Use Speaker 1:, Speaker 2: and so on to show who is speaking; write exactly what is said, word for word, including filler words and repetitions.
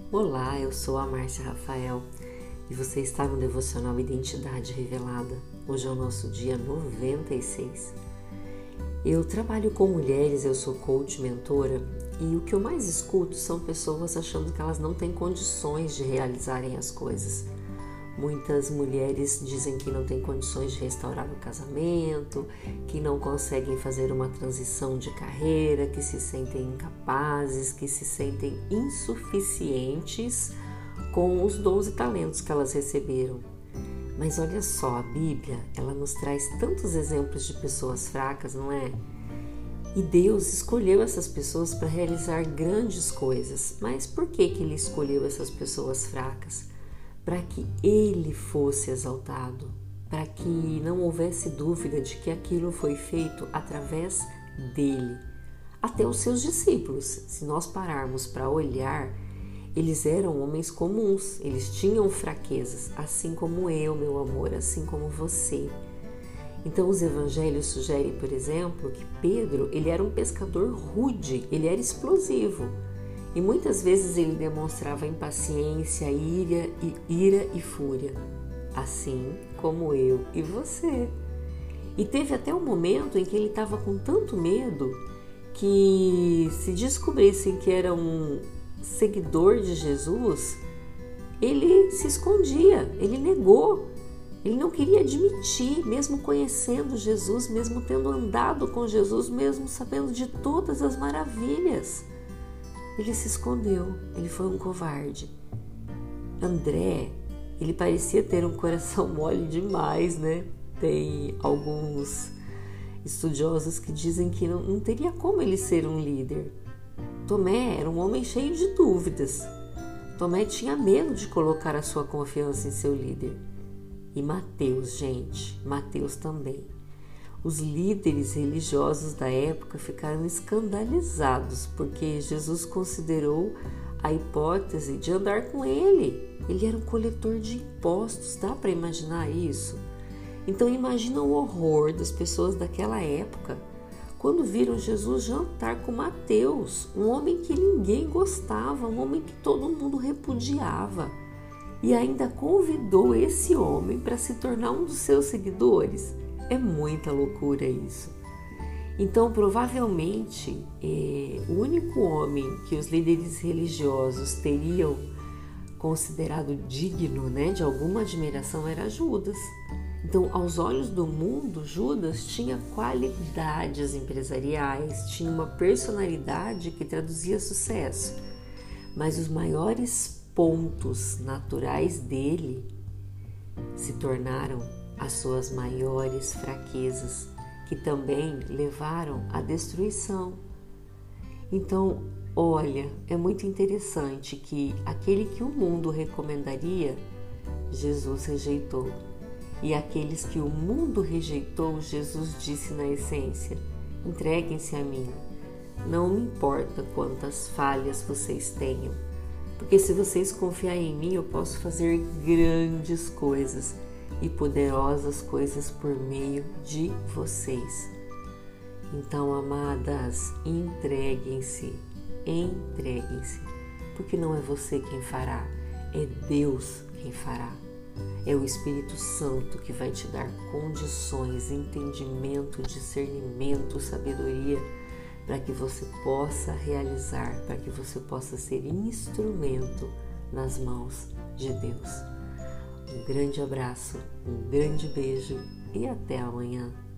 Speaker 1: Olá, eu sou a Márcia Rafael e você está no Devocional Identidade Revelada. Hoje é o nosso dia noventa e seis. Eu trabalho com mulheres, eu sou coach, mentora, e o que eu mais escuto são pessoas achando que elas não têm condições de realizarem as coisas. Muitas mulheres dizem que não têm condições de restaurar o casamento, que não conseguem fazer uma transição de carreira, que se sentem incapazes, que se sentem insuficientes com os dons e talentos que elas receberam. Mas olha só, a Bíblia, ela nos traz tantos exemplos de pessoas fracas, não é? E Deus escolheu essas pessoas para realizar grandes coisas. Mas por que que Ele escolheu essas pessoas fracas? Para que Ele fosse exaltado, para que não houvesse dúvida de que aquilo foi feito através dele. Até os seus discípulos, se nós pararmos para olhar, eles eram homens comuns, eles tinham fraquezas, assim como eu, meu amor, assim como você. Então os evangelhos sugerem, por exemplo, que Pedro, ele era um pescador rude, ele era explosivo. E muitas vezes ele demonstrava impaciência, ira e, ira e fúria, assim como eu e você. E teve até um momento em que ele estava com tanto medo que, se descobrissem que era um seguidor de Jesus, ele se escondia, ele negou, ele não queria admitir, mesmo conhecendo Jesus, mesmo tendo andado com Jesus, mesmo sabendo de todas as maravilhas. Ele se escondeu, ele foi um covarde. André, ele parecia ter um coração mole demais, né? Tem alguns estudiosos que dizem que não, não teria como ele ser um líder. Tomé era um homem cheio de dúvidas. Tomé tinha medo de colocar a sua confiança em seu líder. E Mateus, gente, Mateus também. Os líderes religiosos da época ficaram escandalizados porque Jesus considerou a hipótese de andar com ele. Ele era um coletor de impostos, dá para imaginar isso? Então imagina o horror das pessoas daquela época quando viram Jesus jantar com Mateus, um homem que ninguém gostava, um homem que todo mundo repudiava, e ainda convidou esse homem para se tornar um dos seus seguidores. É muita loucura isso. Então, provavelmente, é, o único homem que os líderes religiosos teriam considerado digno, né, de alguma admiração era Judas. Então, aos olhos do mundo, Judas tinha qualidades empresariais, tinha uma personalidade que traduzia sucesso. Mas os maiores pontos naturais dele se tornaram as suas maiores fraquezas, que também levaram à destruição. Então, olha, é muito interessante que aquele que o mundo recomendaria, Jesus rejeitou. E aqueles que o mundo rejeitou, Jesus disse na essência: entreguem-se a mim. Não me importa quantas falhas vocês tenham, porque se vocês confiarem em mim, eu posso fazer grandes coisas e poderosas coisas por meio de vocês. Então, amadas, entreguem-se, entreguem-se, porque não é você quem fará, é Deus quem fará. É o Espírito Santo que vai te dar condições, entendimento, discernimento, sabedoria, para que você possa realizar, para que você possa ser instrumento nas mãos de Deus. Um grande abraço, um grande beijo e até amanhã.